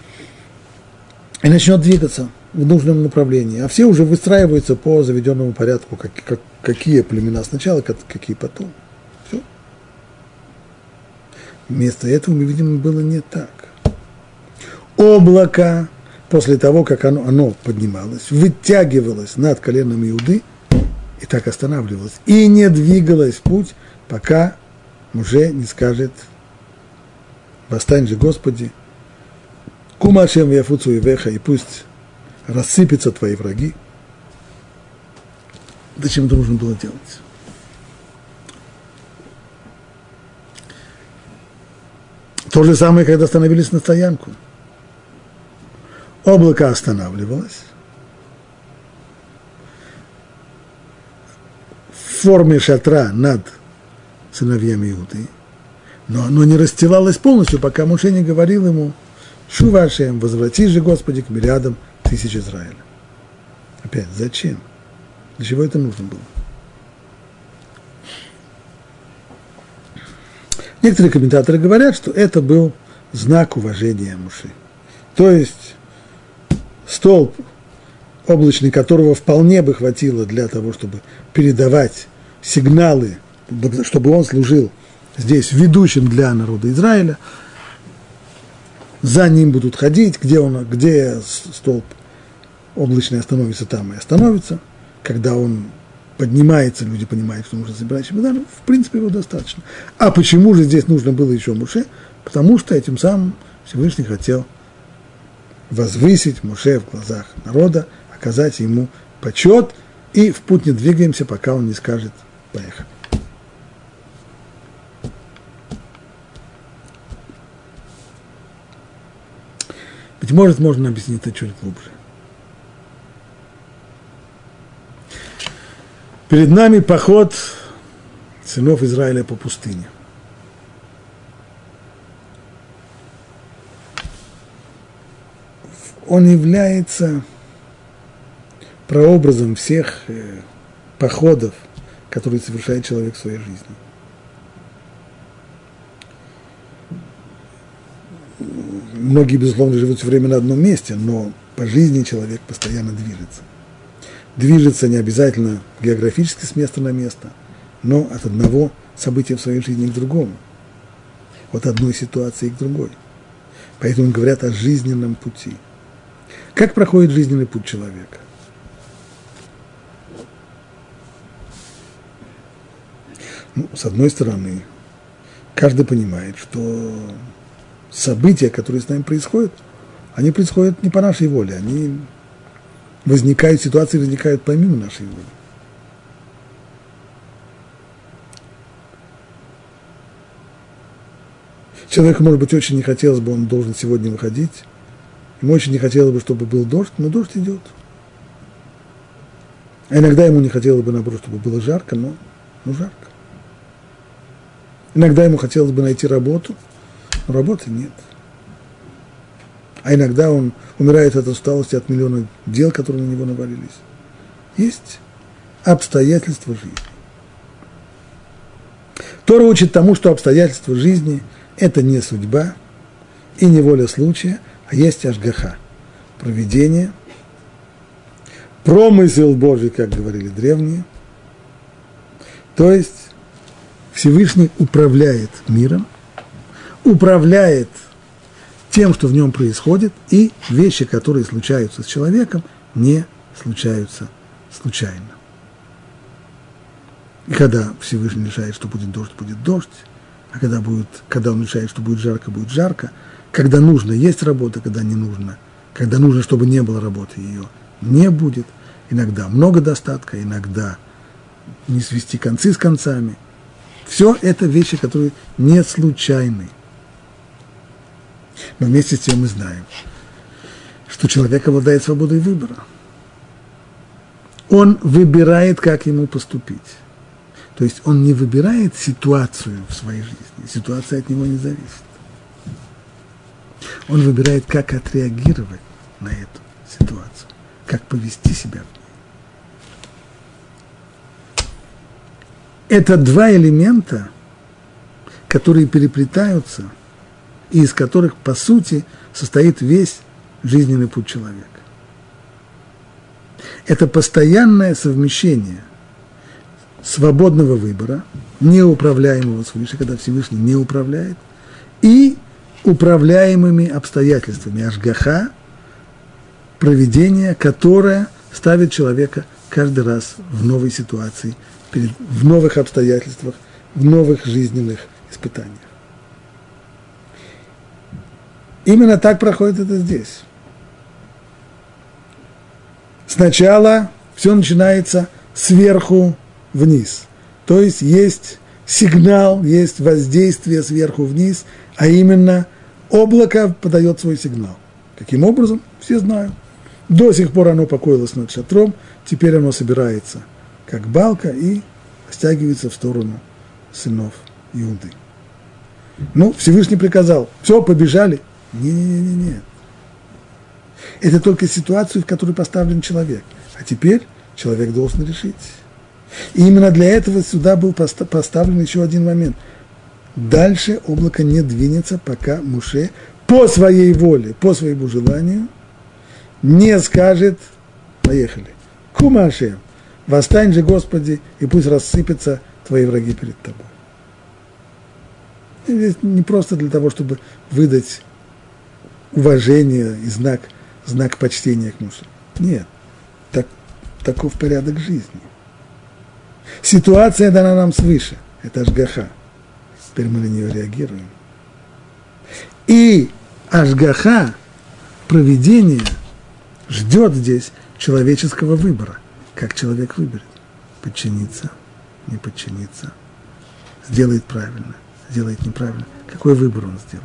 и начнет двигаться в нужном направлении. А все уже выстраиваются по заведенному порядку, какие племена сначала, какие потом. Все. Вместо этого мы видим, было не так. Облако, после того, как оно поднималось, вытягивалось над коленом Иуды, и так останавливалось, и не двигалось в путь, пока Моше не скажет: «Восстань же, Господи, кума Ашем вяфуцу ивеха, и пусть рассыпятся твои враги». Зачем это нужно было делать? То же самое, когда становились на стоянку. Облако останавливалось в форме шатра над сыновьями Иуды, но оно не расстилалось полностью, пока Моше не говорил ему: «Шува Ашем, возвратись же, Господи, к миллиардам тысяч Израиля». Опять, зачем? Для чего это нужно было? Некоторые комментаторы говорят, что это был знак уважения Моше. То есть столб облачный, которого вполне бы хватило для того, чтобы передавать сигналы, чтобы он служил здесь ведущим для народа Израиля. За ним будут ходить, где столб облачный остановится, там и остановится. Когда он поднимается, люди понимают, что нужно собирать чемодан, в принципе, его достаточно. А почему же здесь нужно было еще Моше? Потому что этим самым Всевышний хотел возвысить Моше в глазах народа, оказать ему почет, и в путь не двигаемся, пока он не скажет: «Поехали». Быть может, можно объяснить это чуть глубже. Перед нами поход сынов Израиля по пустыне. Он является прообразом всех походов, которые совершает человек в своей жизни. Многие, безусловно, живут все время на одном месте, но по жизни человек постоянно движется. Движется не обязательно географически с места на место, но от одного события в своей жизни к другому, от одной ситуации к другой. Поэтому говорят о жизненном пути. Как проходит жизненный путь человека? С одной стороны, каждый понимает, что события, которые с нами происходят, они происходят не по нашей воле, они возникают, ситуации возникают помимо нашей воли. Человеку, может быть, очень не хотелось бы, он должен сегодня выходить, ему очень не хотелось бы, чтобы был дождь, но дождь идет. А иногда ему не хотелось бы, наоборот, чтобы было жарко, но жарко. Иногда ему хотелось бы найти работу, но работы нет. А иногда он умирает от усталости, от миллиона дел, которые на него навалились. Есть обстоятельства жизни. Тора учит тому, что обстоятельства жизни – это не судьба и не воля случая, а есть ашгаха, провидение, промысел Божий, как говорили древние. То есть Всевышний управляет миром, управляет тем, что в нем происходит, и вещи, которые случаются с человеком, не случаются случайно. И когда Всевышний решает, что будет дождь, а когда он решает, что будет жарко, когда нужно, есть работа, когда не нужно, когда нужно, чтобы не было работы, ее не будет, иногда много достатка, иногда не свести концы с концами. Все это вещи, которые не случайны. Но вместе с тем мы знаем, что человек обладает свободой выбора. Он выбирает, как ему поступить. То есть он не выбирает ситуацию в своей жизни, ситуация от него не зависит. Он выбирает, как отреагировать на эту ситуацию, как повести себя в ней. Это два элемента, которые переплетаются, и из которых, по сути, состоит весь жизненный путь человека. Это постоянное совмещение свободного выбора, неуправляемого свыше, когда Всевышний не управляет, и управляемыми обстоятельствами, ашгаха, провидение, которое ставит человека каждый раз в новой ситуации, в новых обстоятельствах, в новых жизненных испытаниях. Именно так проходит это здесь. Сначала все начинается сверху вниз. То есть есть сигнал, есть воздействие сверху вниз, а именно облако подает свой сигнал. Каким образом? Все знают. До сих пор оно покоилось над шатром, теперь оно собирается как балка и стягивается в сторону сынов Иуды. Ну, Всевышний приказал, все, побежали. Нет. Это только ситуацию, в которой поставлен человек. А теперь человек должен решить. И именно для этого сюда был поставлен еще один момент. Дальше облако не двинется, пока Моше по своей воле, по своему желанию не скажет: поехали. Кума Ашем, восстань же, Господи, и пусть рассыпятся твои враги перед тобой. И здесь не просто для того, чтобы выдать уважение и знак почтения к Моше. Нет, таков порядок жизни. Ситуация дана нам свыше, это ашгаха. Теперь мы на нее реагируем. И ашгаха, провидение, ждет здесь человеческого выбора. Как человек выберет? Подчиниться, не подчиниться, сделает правильно, сделает неправильно. Какой выбор он сделает?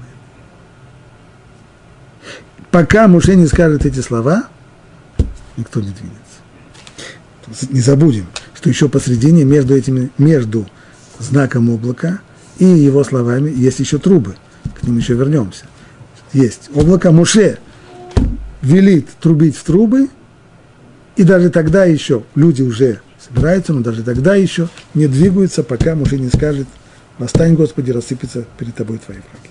Пока Моше не скажет эти слова, никто не двинется. Не забудем, что еще посредине между знаком облака и его словами есть еще трубы. К ним еще вернемся. Есть облако, Моше велит трубить в трубы, и даже тогда еще люди уже собираются, но даже тогда еще не двигаются, пока Моше не скажет: восстань, Господи, рассыпется перед тобой твои враги.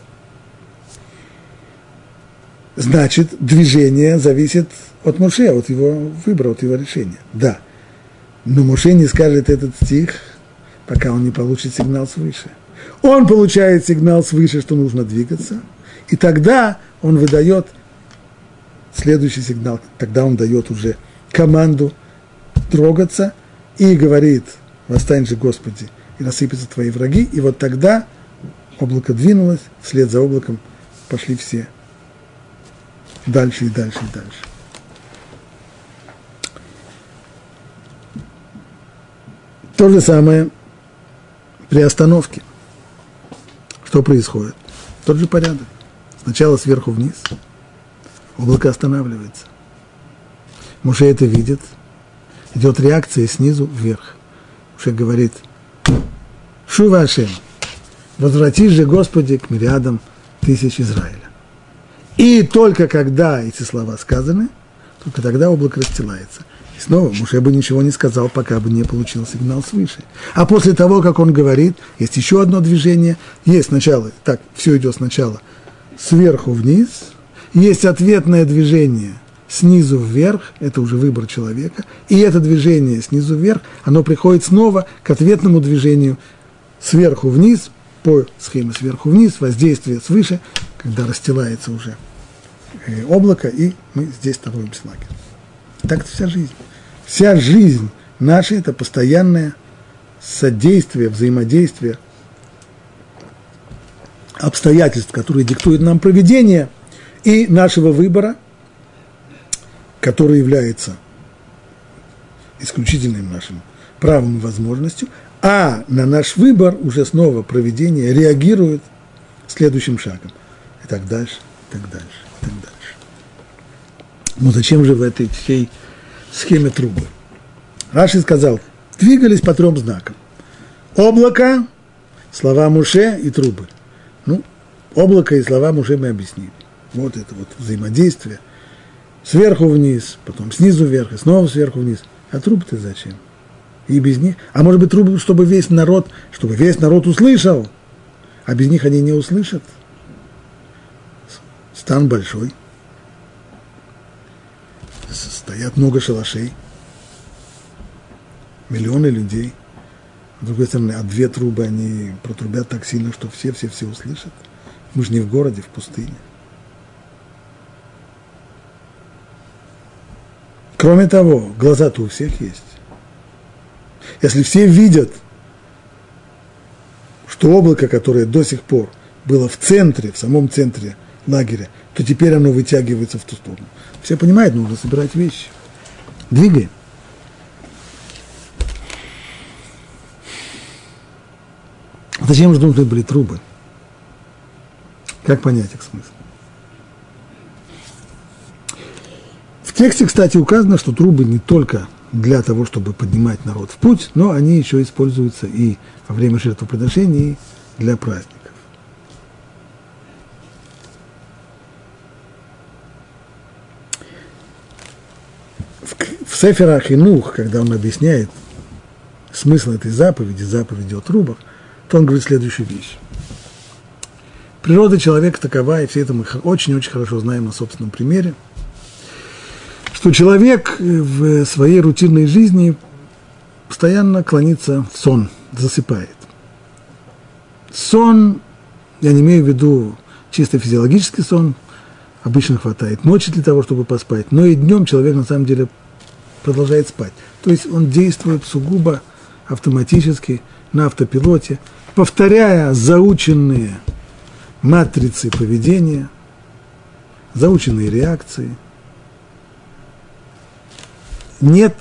Значит, движение зависит от Моше, от его выбора, от его решения. Да, но Моше не скажет этот стих, пока он не получит сигнал свыше. Он получает сигнал свыше, что нужно двигаться, и тогда он выдает следующий сигнал, тогда он дает уже команду трогаться и говорит: восстань же, Господи, и рассыпятся твои враги. И вот тогда облако двинулось, вслед за облаком пошли все дальше и дальше и дальше. То же самое при остановке. Что происходит? Тот же порядок. Сначала сверху вниз, облако останавливается. Моше это видит, идет реакция снизу вверх. Моше говорит: Шува Ашем, возвратись же, Господи, к мириадам тысяч Израиля. И только когда эти слова сказаны, только тогда облако расстилается. И снова Моше бы ничего не сказал, пока бы не получил сигнал свыше. А после того, как он говорит, есть еще одно движение. Есть сначала, так, все идет сначала сверху вниз. Есть ответное движение снизу вверх, это уже выбор человека. И это движение снизу вверх, оно приходит снова к ответному движению сверху вниз, по схеме сверху вниз, воздействие свыше, когда расстилается уже облако, и мы здесь становимся лагерем. Так это вся жизнь. Вся жизнь наша – это постоянное содействие, взаимодействие обстоятельств, которые диктуют нам проведение, и нашего выбора, который является исключительным нашим правом и возможностью, а на наш выбор уже снова проведение реагирует следующим шагом. И так дальше, и так дальше, и так дальше. Но зачем же в этой всей схеме трубы? Раши сказал, двигались по 3 знакам. Облако, слова Моше и трубы. Ну, облако и слова Моше мы объяснили. Вот это вот взаимодействие. Сверху вниз, потом снизу вверх, и снова сверху вниз. А трубы-то зачем? И без них. А может быть, трубы, чтобы весь народ услышал, а без них они не услышат. Стан большой. Стоят много шалашей. Миллионы людей. С другой стороны, а 2 трубы, они протрубят так сильно, что все услышат. Мы же не в городе, в пустыне. Кроме того, глаза-то у всех есть. Если все видят, что облако, которое до сих пор было в центре, в самом центре лагеря, то теперь оно вытягивается в ту сторону. Все понимают, нужно собирать вещи. Двигаем. Зачем же нужны были трубы? Как понять их смысл? В тексте, кстати, указано, что трубы не только для того, чтобы поднимать народ в путь, но они еще используются и во время жертвоприношений, и для праздников. В Сефер ха-Хинух, когда он объясняет смысл этой заповеди о трубах, то он говорит следующую вещь. Природа человека такова, и все это мы очень-очень хорошо знаем на собственном примере, что человек в своей рутинной жизни постоянно клонится в сон, засыпает. Сон, я не имею в виду чисто физиологический сон, обычно хватает ночи для того, чтобы поспать, но и днем человек на самом деле продолжает спать. То есть он действует сугубо автоматически, на автопилоте, повторяя заученные матрицы поведения, заученные реакции. Нет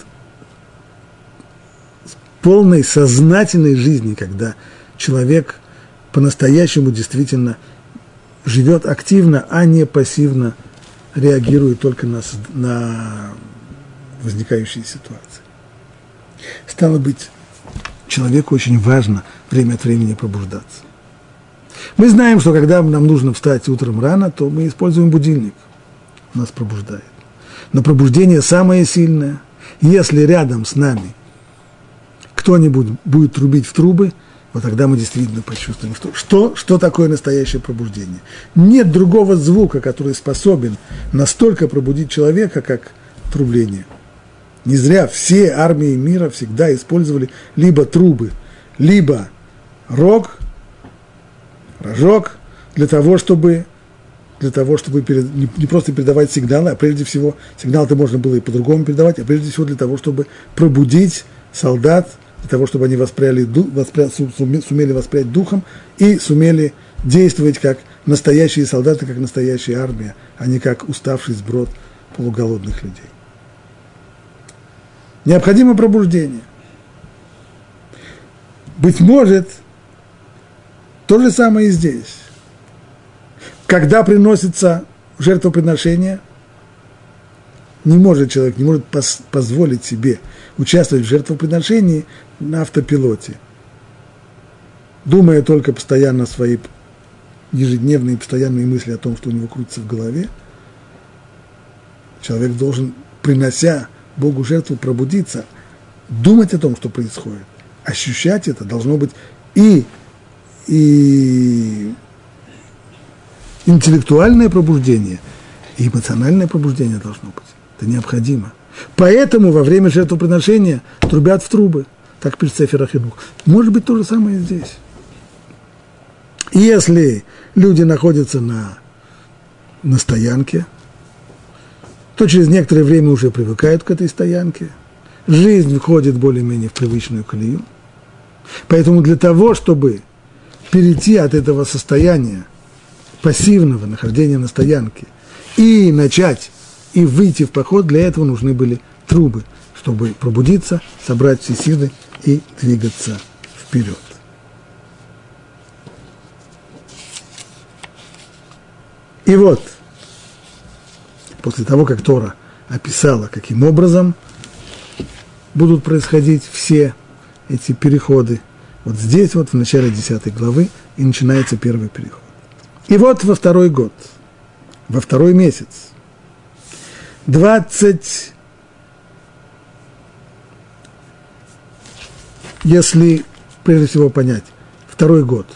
полной сознательной жизни, когда человек по-настоящему действительно живет активно, а не пассивно реагирует только на возникающие ситуации. Стало быть, человеку очень важно время от времени пробуждаться. Мы знаем, что когда нам нужно встать утром рано, то мы используем будильник. Нас пробуждает. Но пробуждение самое сильное. Если рядом с нами кто-нибудь будет трубить в трубы, вот тогда мы действительно почувствуем, что такое настоящее пробуждение. Нет другого звука, который способен настолько пробудить человека, как трубление. Не зря все армии мира всегда использовали либо трубы, либо рожок, для того, чтобы не просто передавать сигналы, а прежде всего, сигнал-то можно было и по-другому передавать, а прежде всего для того, чтобы пробудить солдат, для того, чтобы они сумели воспрять духом и сумели действовать как настоящие солдаты, как настоящая армия, а не как уставший сброд полуголодных людей. Необходимо пробуждение. Быть может, то же самое и здесь. Когда приносится жертвоприношение, человек не может позволить себе участвовать в жертвоприношении на автопилоте, думая только постоянно свои ежедневные постоянные мысли о том, что у него крутится в голове. Человек должен, принося Богу жертву, пробудиться, думать о том, что происходит, ощущать это должно быть и интеллектуальное пробуждение, и эмоциональное пробуждение должно быть. Это необходимо. Поэтому во время жертвоприношения трубят в трубы. Так пишет Сефер ха-Хинух. Может быть, то же самое и здесь. Если люди находятся на стоянке, то через некоторое время уже привыкают к этой стоянке, жизнь входит более-менее в привычную колею. Поэтому для того, чтобы перейти от этого состояния пассивного нахождения на стоянке и начать, и выйти в поход, для этого нужны были трубы, чтобы пробудиться, собрать все силы и двигаться вперед. И вот, после того, как Тора описала, каким образом будут происходить все эти переходы, вот здесь вот в начале 10 главы и начинается первый переход. И вот во второй год, во второй месяц, 20, если прежде всего понять, второй год,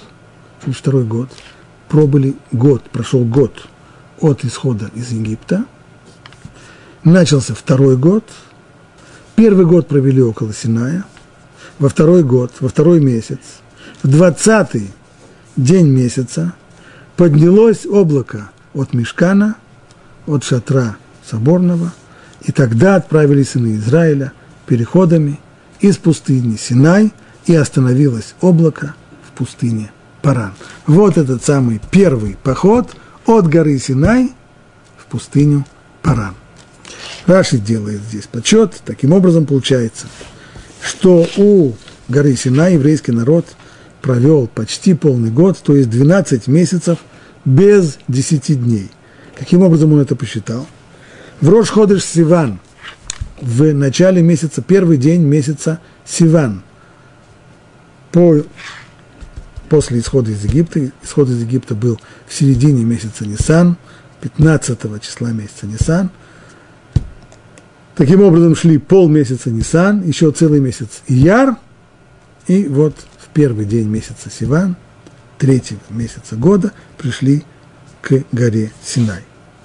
пробыли год, прошел год от исхода из Египта, начался второй год, первый год провели около Синая, во второй год, во второй месяц, в 20-й день месяца поднялось облако от Мишкана, от шатра соборного, и тогда отправились сыны Израиля переходами из пустыни Синай, и остановилось облако в пустыне Паран. Вот этот самый первый поход от горы Синай в пустыню Паран. Раши делает здесь подсчет, таким образом получается, что у горы Синай еврейский народ провел почти полный год, то есть 12 месяцев без 10 дней. Каким образом он это посчитал? В Рош-ходеш Сиван, в начале месяца, первый день месяца Сиван, после исхода из Египта, исход из Египта был в середине месяца Нисан, 15 числа месяца Нисан. Таким образом шли полмесяца Нисан, еще целый месяц Ияр, и вот в первый день месяца Сиван, третьего месяца года, пришли к горе Синай.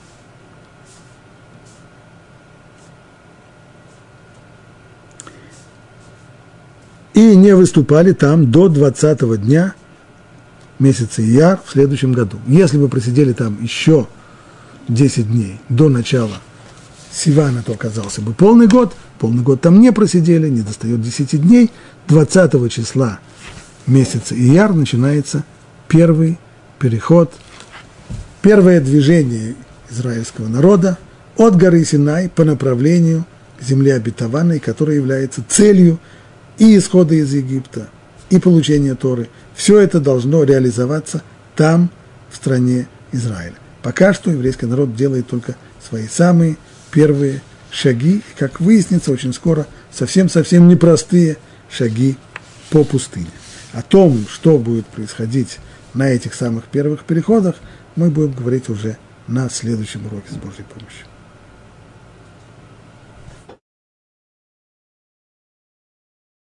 И не выступали там до 20-го дня месяца Ияр в следующем году. Если бы просидели там еще 10 дней до начала Сивана, то оказался бы полный год там не просидели, не достает 10 дней, 20 числа месяца Ияр начинается первый переход, первое движение израильского народа от горы Синай по направлению к земле обетованной, которая является целью и исхода из Египта, и получения Торы. Все это должно реализоваться там, в стране Израиля. Пока что еврейский народ делает только свои самые первые шаги, и, как выяснится, очень скоро совсем-совсем непростые шаги по пустыне. О том, что будет происходить на этих самых первых переходах, мы будем говорить уже на следующем уроке с Божьей помощью.